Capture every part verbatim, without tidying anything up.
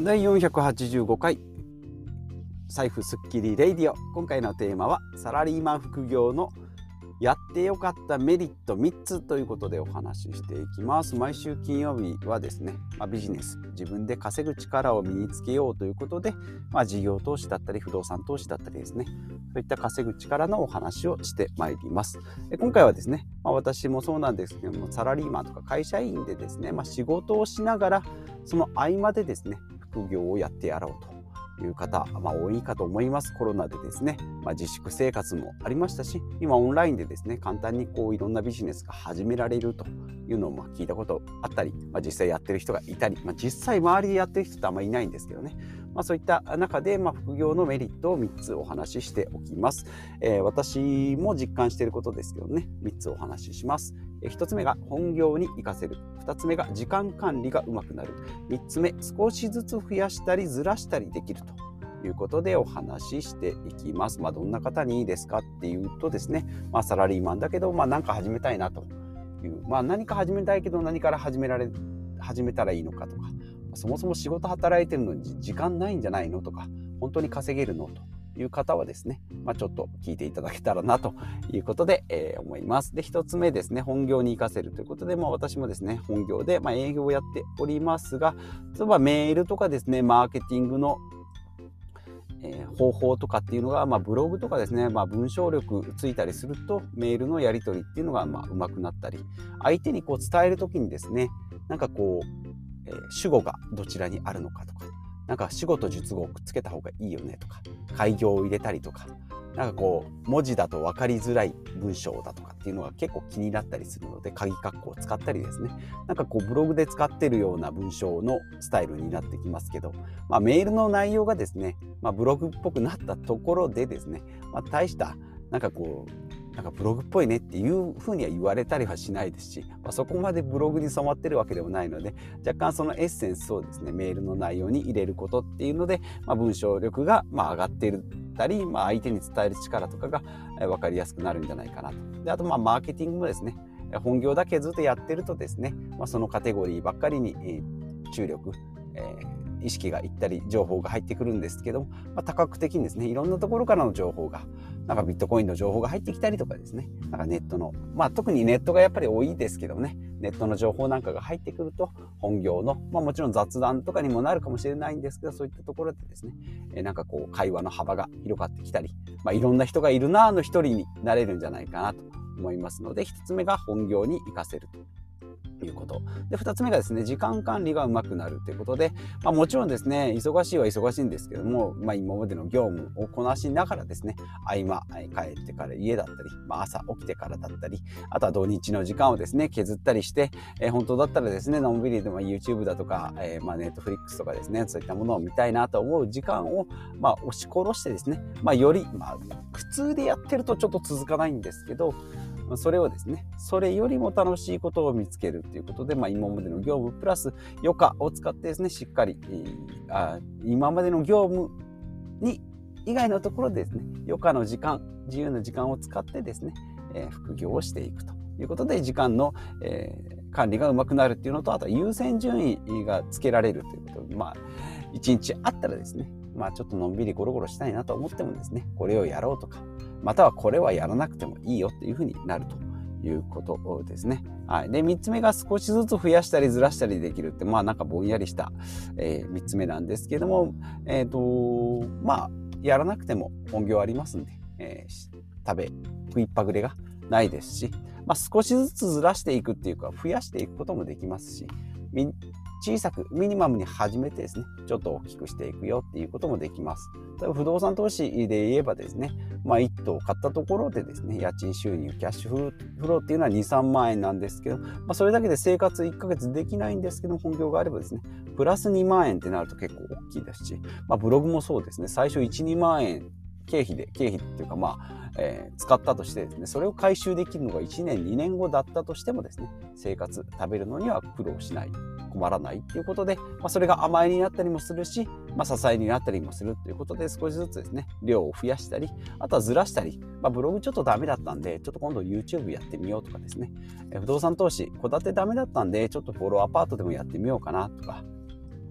だいよんひゃくはちじゅうごかい財布スッキリレイディオ。今回のテーマはサラリーマン副業のやってよかったメリットみっつということでお話ししていきます。毎週金曜日はですね、まあ、ビジネス、自分で稼ぐ力を身につけようということで、まあ、事業投資だったり不動産投資だったりですね、そういった稼ぐ力のお話をしてまいります。で今回はですね、まあ、私もそうなんですけども、サラリーマンとか会社員でですね、まあ、仕事をしながらその合間でですね、副業をやってやろうという方、まあ、多いかと思います。コロナでですね、まあ、自粛生活もありましたし、今オンラインでですね、簡単にこういろんなビジネスが始められるというのをまあ聞いたことあったり、まあ、実際やってる人がいたり、まあ、実際周りでやってる人ってあんまりいないんですけどね、まあ、そういった中で、まあ、副業のメリットをみっつお話ししておきます。えー、私も実感していることですけどね、みっつお話しします。えー、ひとつめが本業に活かせる、ふたつめが時間管理がうまくなる、みっつめ少しずつ増やしたりずらしたりできるということでお話ししていきます。まあ、どんな方にいいですかっていうとですね、まあ、サラリーマンだけど、まあ、何か始めたいなという、まあ、何か始めたいけど何から始められ始めたらいいのかとか、そもそも仕事働いてるのに時間ないんじゃないのとか、本当に稼げるのという方はですね、まあ、ちょっと聞いていただけたらなということで、えー、思います。で、一つ目ですね、本業に活かせるということで、まあ、私もですね、本業で、まあ、営業をやっておりますが、例えばメールとかですね、マーケティングのえー、方法とかっていうのが、まあ、ブログとかですね、まあ、文章力ついたりするとメールのやり取りっていうのがまあ上手くなったり、相手にこう伝えるときにですね、なんかこう、えー、主語がどちらにあるのかとか、なんか主語と述語をくっつけた方がいいよねとか、開業を入れたりとか、なんかこう文字だと分かりづらい文章だとかっていうのが結構気になったりするので、鍵括弧を使ったりですね、なんかこうブログで使ってるような文章のスタイルになってきますけど、まあ、メールの内容がですね、まあ、ブログっぽくなったところでですね、まあ、大したなんかこうなんかブログっぽいねっていうふうには言われたりはしないですし、まあ、そこまでブログに染まってるわけでもないので、若干そのエッセンスをですね、メールの内容に入れることっていうので、まあ、文章力がまあ上がっていたり、まあ、相手に伝える力とかが分かりやすくなるんじゃないかなと。で、あとまあマーケティングもですね、本業だけずっとやってるとですね、まあ、そのカテゴリーばっかりに、えー、注力、えー意識がいったり情報が入ってくるんですけども、まあ、多角的にですね、いろんなところからの情報が、なんかビットコインの情報が入ってきたりとかですね、なんかネットの、まあ特にネットがやっぱり多いですけどね、ネットの情報なんかが入ってくると、本業の、まあもちろん雑談とかにもなるかもしれないんですけど、そういったところでですね、えー、なんかこう会話の幅が広がってきたり、まあいろんな人がいるなーの一人になれるんじゃないかなと思いますので、一つ目が本業に活かせるということで、ふたつめがですね、時間管理がうまくなるということで、まあ、もちろんですね、忙しいは忙しいんですけども、まあ、今までの業務をこなしながらですね、合間帰ってから家だったり、まあ、朝起きてからだったり、あとは土日の時間をですね削ったりして、えー、本当だったらですね、のんびりでも YouTube だとか、えー、まあ Netflix とかですね、そういったものを見たいなと思う時間をまあ押し殺してですね、まあ、より、まあ、普通でやってるとちょっと続かないんですけど、それをですね、それよりも楽しいことを見つけるということで、まあ、今までの業務プラス余暇を使ってですね、しっかり、あ今までの業務に以外のところでですね、余暇の時間、自由な時間を使ってですね、えー、副業をしていくということで、時間の、えー、管理がうまくなるっていうのと、あとは優先順位がつけられるということで、まあ、一日あったらですね、まあ、ちょっとのんびりゴロゴロしたいなと思ってもですね、これをやろうとか、またはこれはやらなくてもいいよっていうふうになるということですね。はい。で、みっつめが少しずつ増やしたりずらしたりできるって、まあなんかぼんやりした、えー、みっつめなんですけども、えっと、まあ、やらなくても本業ありますんで、えー、食べ、食いっぱぐれがないですし、まあ少しずつずらしていくっていうか、増やしていくこともできますし、小さくミニマムに始めてですね、ちょっと大きくしていくよっていうこともできます。例えば不動産投資で言えばですね、まあいっ棟買ったところでですね、家賃収入、キャッシュフローっていうのはに、さんまんえんなんですけど、まあそれだけで生活いっかげつできないんですけど、本業があればですね、プラスにまんえんってなると結構大きいですし、まあブログもそうですね、最初いち、にまんえん経費で、経費っていうかまあ、えー、使ったとしてですね、それを回収できるのがいちねん、にねんごだったとしてもですね、生活、食べるのには苦労しない。困らないっていうことで、まあ、それが甘えになったりもするし、まあ、支えになったりもするということで、少しずつですね、量を増やしたり、あとはずらしたり、まあ、ブログちょっとダメだったんで、ちょっと今度 YouTube やってみようとかですね、え不動産投資、戸建てダメだったんで、ちょっとフォローアパートでもやってみようかなとか、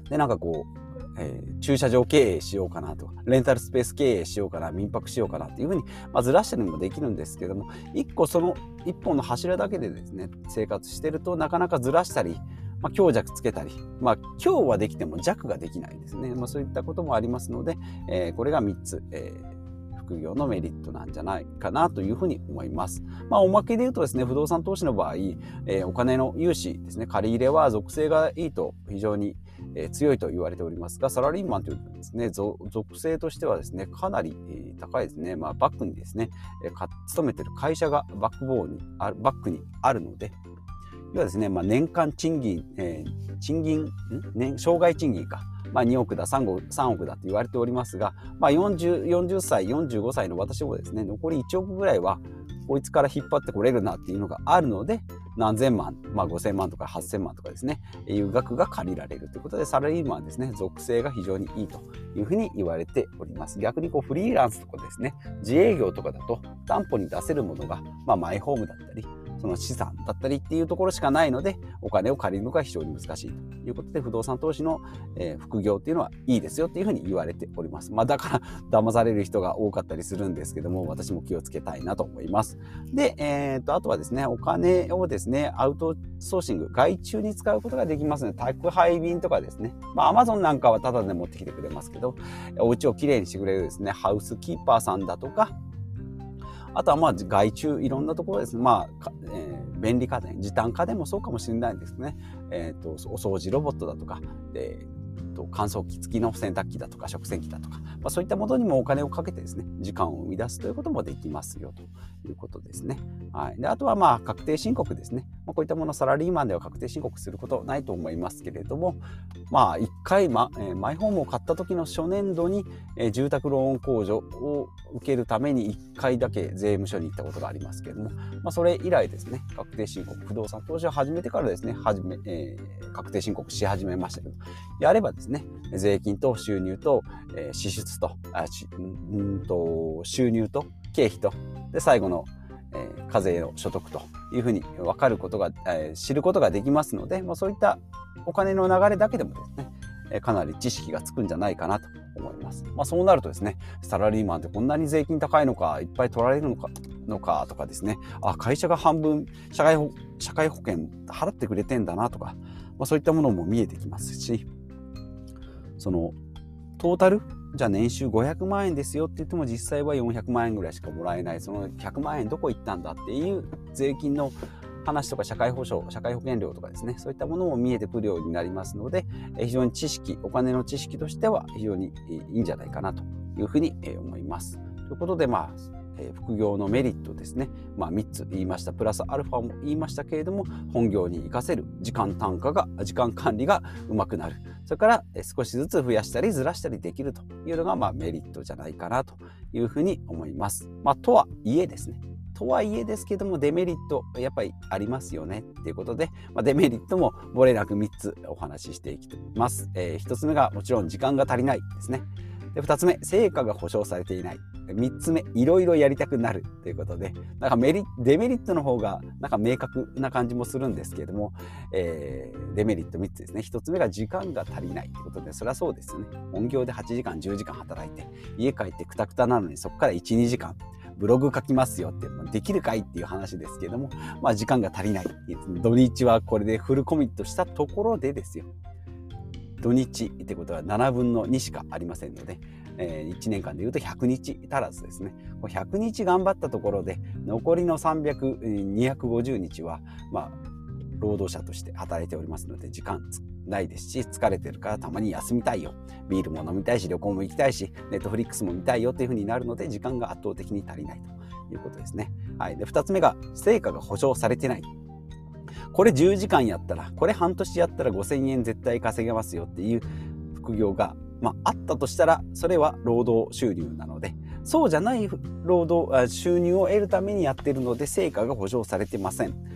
でなんかこうえー、駐車場経営しようかなとかレンタルスペース経営しようかな民泊しようかなっていうふうに、まあ、ずらしたりもできるんですけども、一個その一本の柱だけでですね生活してるとなかなかずらしたり、まあ、強弱つけたり、まあ、強はできても弱ができないですね、まあ、そういったこともありますので、えー、これがみっつ、えー副業のメリットなんじゃないかなというふうに思います。まあ、おまけで言うとですね、不動産投資の場合、えー、お金の融資ですね、借り入れは属性がいいと非常に、えー、強いと言われておりますが、サラリーマンというとですね、属性としてはですね、かなり、えー、高いですね。まあ、バックにですね、えー、勤めてる会社がバックボーンにある、バックにあるので、要はですね、まあ、年間賃金、えー、賃金、ん年、生涯賃金か。まあ、におくだ さんおくだと言われておりますが、まあ、よんじゅう、よんじゅっさいよんじゅうごさいの私もですね残りいちおくぐらいはこいつから引っ張ってこれるなっていうのがあるので、何千万、まあ、ごせんまんとかはっせんまんとかですねいう額が借りられるということで、サラリーマンはですね属性が非常にいいというふうに言われております。逆にこうフリーランスとかですね自営業とかだと担保に出せるものが、まあ、マイホームだったりその資産だったりっていうところしかないので、お金を借りるのが非常に難しいということで、不動産投資の、えー、副業っていうのはいいですよっていうふうに言われております。まあ、だから騙される人が多かったりするんですけども、私も気をつけたいなと思います。で、えー、とあとはですね、お金をですねアウトソーシング、外注に使うことができますので、宅配便とかですね、まあ Amazon なんかはタダで持ってきてくれますけど、お家をきれいにしてくれるですねハウスキーパーさんだとか、あとはまあ外注いろんなところですね、まあ、えー、便利家電、時短家電もそうかもしれないですね。えー、とお掃除ロボットだとか、で乾燥機付きの洗濯機だとか食洗機だとか、まあ、そういったものにもお金をかけてですね時間を生み出すということもできますよということですね。はい、であとはまあ確定申告ですね、まあ、こういったものサラリーマンでは確定申告することないと思いますけれども、まあいっかい、まえー、マイホームを買った時の初年度に、えー、住宅ローン控除を受けるためにいっかいだけ税務署に行ったことがありますけれども、まあ、それ以来ですね確定申告、不動産投資を始めてからですねはじめ、えー、確定申告し始めましたけど、やればですね税金と収入と、えー、支出とあしうんと収入と経費とで最後の、えー、課税の所得というふうに分かることが、えー、知ることができますので、まあ、そういったお金の流れだけでもですね、えー、かなり知識がつくんじゃないかなと思います。まあ、そうなるとですねサラリーマンってこんなに税金高いのか、いっぱい取られるのかのかとかですね、あ会社が半分社会保、社会保険払ってくれてんだなとか、まあ、そういったものも見えてきますし、そのトータルじゃあ年収ごひゃくまんえんですよって言っても実際はよんひゃくまんえんぐらいしかもらえない、そのひゃくまんえんどこ行ったんだっていう税金の話とか社会保障、社会保険料とかですね、そういったものも見えてくるようになりますので、非常に知識、お金の知識としては非常にいいんじゃないかなというふうに思います。ということで、まあえー、副業のメリットですね、まあ、みっつ言いました。プラスアルファも言いましたけれども、本業に活かせる時間単価が時間管理がうまくなる、それから少しずつ増やしたりずらしたりできるというのが、まあ、メリットじゃないかなというふうに思います。まあ、とはいえですねとはいえですけども、デメリットやっぱりありますよねっていうことで、まあ、デメリットも漏れなくみっつお話ししていきます。えー、ひとつめがもちろん時間が足りないですね。でふたつめ、成果が保証されていない。みっつめ、いろいろやりたくなるということで、なんかメリデメリットの方がなんか明確な感じもするんですけれども、えー、デメリットみっつですね。ひとつめが時間が足りないということで、それはそうですよね。本業ではちじかんじゅうじかん働いて家帰ってクタクタなのに、そこからいちにじかんブログ書きますよってできるかいっていう話ですけれども、まあ時間が足りない。土日はこれでフルコミットしたところでですよ、土日ってことはななぶんのにしかありませんので、えー、いちねんかんでいうとひゃくにち足らずですね。ひゃくにち頑張ったところで残りのさんびゃく、にひゃくごじゅうにちはまあ労働者として働いておりますので、時間ないですし、疲れてるからたまに休みたいよ、ビールも飲みたいし、旅行も行きたいし、ネットフリックスも見たいよっていう風になるので、時間が圧倒的に足りないということですね。はい、でふたつめが成果が保証されてない。これじゅうじかんやったら、これ半年やったらごせんえん絶対稼げますよっていう副業が、まあ、あったとしたら、それは労働収入なので、そうじゃない労働収入を得るためにやっているので、成果が保証されてません。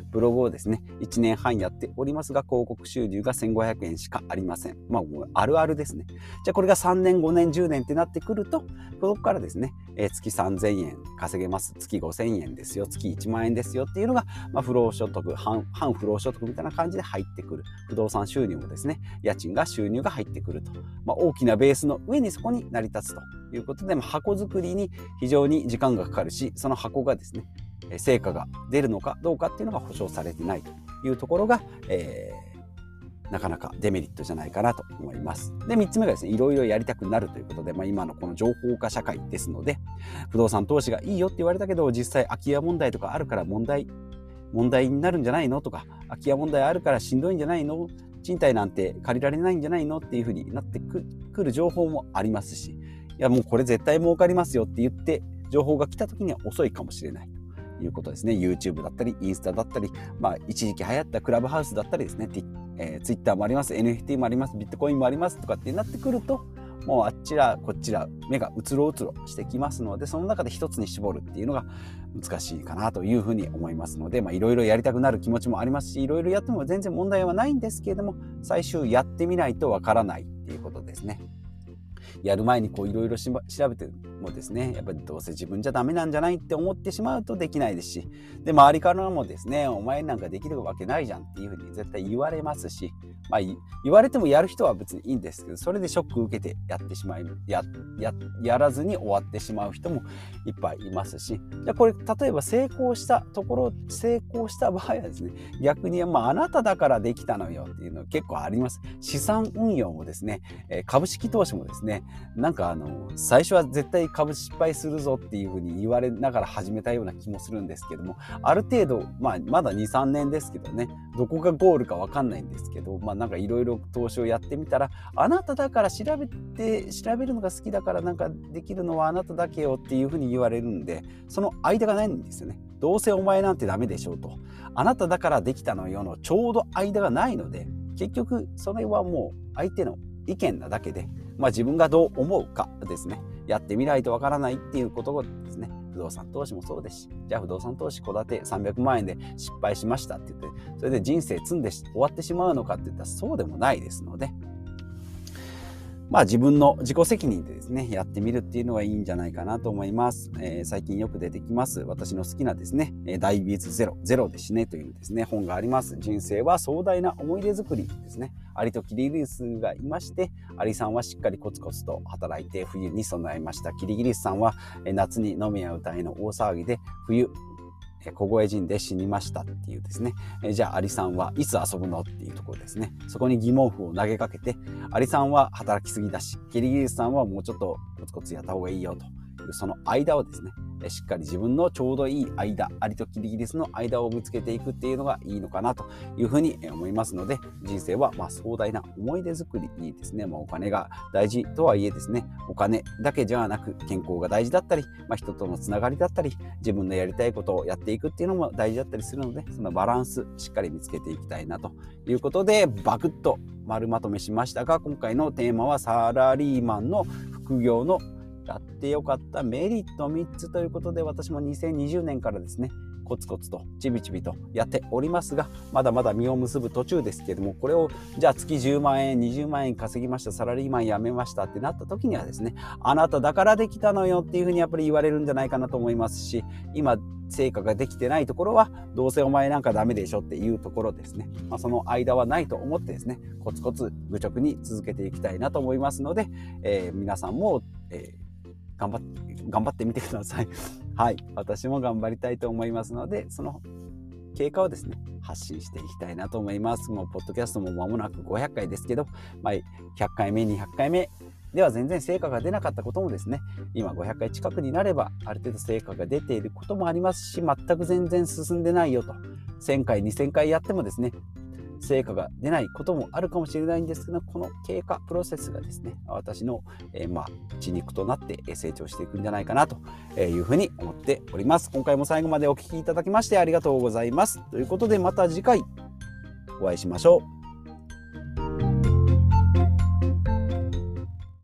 ブログをですねいちねんはんやっておりますが、広告収入がせんごひゃくえんしかありません。まあもうあるあるですね。じゃあこれがさんねんごねんじゅうねんってなってくると、ここからですね、えー、月さんぜんえん稼げます、月ごせんえんですよ、月いちまんえんですよっていうのが、まあ、不労所得、半、半不労所得みたいな感じで入ってくる。不動産収入もですね、家賃が収入が入ってくると、まあ、大きなベースの上にそこに成り立つということで、まあ、箱作りに非常に時間がかかるし、その箱がですね成果が出るのかどうかっていうのが保証されてないというところが、えー、なかなかデメリットじゃないかなと思います。でみっつめがですね、いろいろやりたくなるということで、まあ、今のこの情報化社会ですので、不動産投資がいいよって言われたけど、実際空き家問題とかあるから問題問題になるんじゃないのとか、空き家問題あるからしんどいんじゃないの、賃貸なんて借りられないんじゃないのっていうふうになってくる情報もありますし、いやもうこれ絶対儲かりますよって言って情報が来た時には遅いかもしれないということですね。 YouTube だったりインスタだったり、まあ、一時期流行ったクラブハウスだったりですね、えー、Twitter もあります、 エヌエフティー もあります、ビットコインもありますとかってなってくると、もうあっちらこっちら目がうつろうつろしてきますので、その中で一つに絞るっていうのが難しいかなというふうに思いますので、まあいろいろやりたくなる気持ちもありますし、いろいろやっても全然問題はないんですけれども、最終やってみないとわからないっていうことですね。やる前にこういろいろ調べてもですね、やっぱりどうせ自分じゃダメなんじゃないって思ってしまうとできないですし、で周りからもですね、お前なんかできるわけないじゃんっていうふうに絶対言われますし、まあ言われてもやる人は別にいいんですけど、それでショックを受けてやってしまいやややらずに終わってしまう人もいっぱいいますし、じゃあこれ例えば成功したところ成功した場合はですね、逆にまああなただからできたのよっていうの結構あります。資産運用もですね、株式投資もですね、なんかあの最初は絶対株失敗するぞっていうふうに言われながら始めたような気もするんですけども、ある程度、まあ、まだ にさんねんですけどね、どこがゴールか分かんないんですけど、まあなんかいろいろ投資をやってみたら、あなただから調べて調べるのが好きだからなんかできるのはあなただけよっていうふうに言われるんで、その間がないんですよね。どうせお前なんてダメでしょうと、あなただからできたのよのちょうど間がないので、結局それはもう相手の意見なだけで、まあ、自分がどう思うかですね、やってみないとわからないっていうことですね。不動産投資もそうですし、じゃあ不動産投資戸建てさんびゃくまんえんで失敗しましたって言って、それで人生積んで終わってしまうのかって言ったらそうでもないですので、まあ自分の自己責任でですね、やってみるっていうのはいいんじゃないかなと思います。えー、最近よく出てきます、私の好きなですね、ダイビーズゼロ、ゼロで死ねというですね、本があります。人生は壮大な思い出作りですね。アリとキリギリスがいまして、アリさんはしっかりコツコツと働いて冬に備えました。キリギリスさんは夏に飲みや歌いの大騒ぎで冬、凍え死んで死にましたっていうですね、えじゃあアリさんはいつ遊ぶのっていうところですね。そこに疑問符を投げかけて、アリさんは働きすぎだし、キリギリスさんはもうちょっとコツコツやった方がいいよという、その間をですね、しっかり自分のちょうどいい間、アリとキリギリスの間を見つけていくっていうのがいいのかなというふうに思いますので、人生はまあ壮大な思い出作りにですね、まあ、お金が大事とはいえですね、お金だけじゃなく健康が大事だったり、まあ、人とのつながりだったり、自分のやりたいことをやっていくっていうのも大事だったりするので、そのバランスしっかり見つけていきたいなということで、バクッと丸まとめしましたが、今回のテーマはサラリーマンの副業のやってよかったメリットみっつということで、私もにせんにじゅうねんからですね、コツコツとちびちびとやっておりますが、まだまだ実を結ぶ途中ですけれども、これをじゃあ月じゅうまんえんにじゅうまんえん稼ぎました、サラリーマン辞めましたってなった時にはですね、あなただからできたのよっていうふうにやっぱり言われるんじゃないかなと思いますし、今成果ができてないところはどうせお前なんかダメでしょっていうところですね、まあ、その間はないと思ってですね、コツコツ愚直に続けていきたいなと思いますので、えー、皆さんも、えー頑張って、頑張ってみてください。はい。私も頑張りたいと思いますので、その経過をですね、発信していきたいなと思います。もう、ポッドキャストも間もなくごひゃっかいですけど、まあ、ひゃっかいめ、にひゃっかいめでは全然成果が出なかったこともですね、今ごひゃっかい近くになれば、ある程度成果が出ていることもありますし、全く全然進んでないよと。せんかい、にせんかいやってもですね、成果が出ないこともあるかもしれないんですけど、この経過プロセスがですね、私の、えー、まあ血肉となって成長していくんじゃないかなというふうに思っております。今回も最後までお聞きいただきましてありがとうございます。ということで、また次回お会いしましょう。